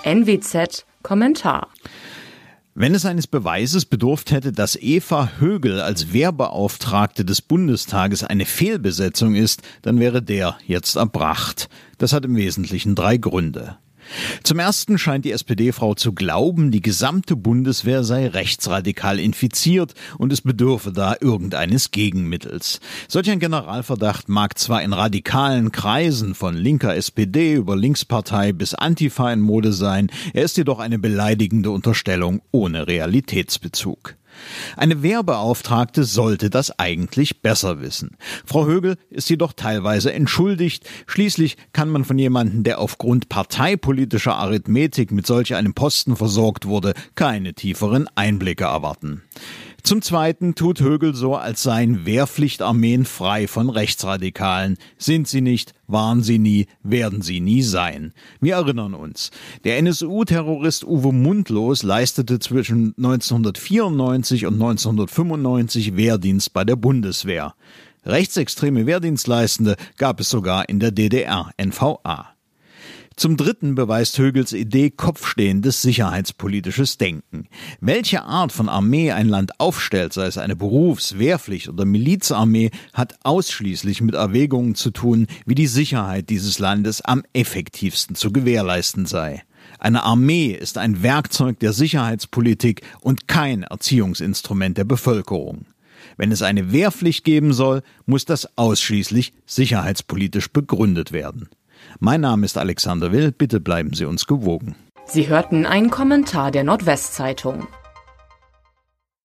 NWZ Kommentar. Wenn es eines Beweises bedurft hätte, dass Eva Högel als Wehrbeauftragte des Bundestages eine Fehlbesetzung ist, dann wäre der jetzt erbracht. Das hat im Wesentlichen 3 Gründe. Zum Ersten scheint die SPD-Frau zu glauben, die gesamte Bundeswehr sei rechtsradikal infiziert und es bedürfe da irgendeines Gegenmittels. Solch ein Generalverdacht mag zwar in radikalen Kreisen von linker SPD über Linkspartei bis Antifa in Mode sein, er ist jedoch eine beleidigende Unterstellung ohne Realitätsbezug. Eine Wehrbeauftragte sollte das eigentlich besser wissen. Frau Högel ist jedoch teilweise entschuldigt. Schließlich kann man von jemandem, der aufgrund parteipolitischer Arithmetik mit solch einem Posten versorgt wurde, keine tieferen Einblicke erwarten. Zum Zweiten tut Högel so, als seien Wehrpflichtarmeen frei von Rechtsradikalen. Sind sie nicht, waren sie nie, werden sie nie sein. Wir erinnern uns. Der NSU-Terrorist Uwe Mundlos leistete zwischen 1994 und 1995 Wehrdienst bei der Bundeswehr. Rechtsextreme Wehrdienstleistende gab es sogar in der DDR, NVA. Zum Dritten beweist Högels Idee kopfstehendes sicherheitspolitisches Denken. Welche Art von Armee ein Land aufstellt, sei es eine Berufs-, Wehrpflicht- oder Milizarmee, hat ausschließlich mit Erwägungen zu tun, wie die Sicherheit dieses Landes am effektivsten zu gewährleisten sei. Eine Armee ist ein Werkzeug der Sicherheitspolitik und kein Erziehungsinstrument der Bevölkerung. Wenn es eine Wehrpflicht geben soll, muss das ausschließlich sicherheitspolitisch begründet werden. Mein Name ist Alexander Will, bitte bleiben Sie uns gewogen. Sie hörten einen Kommentar der Nordwestzeitung.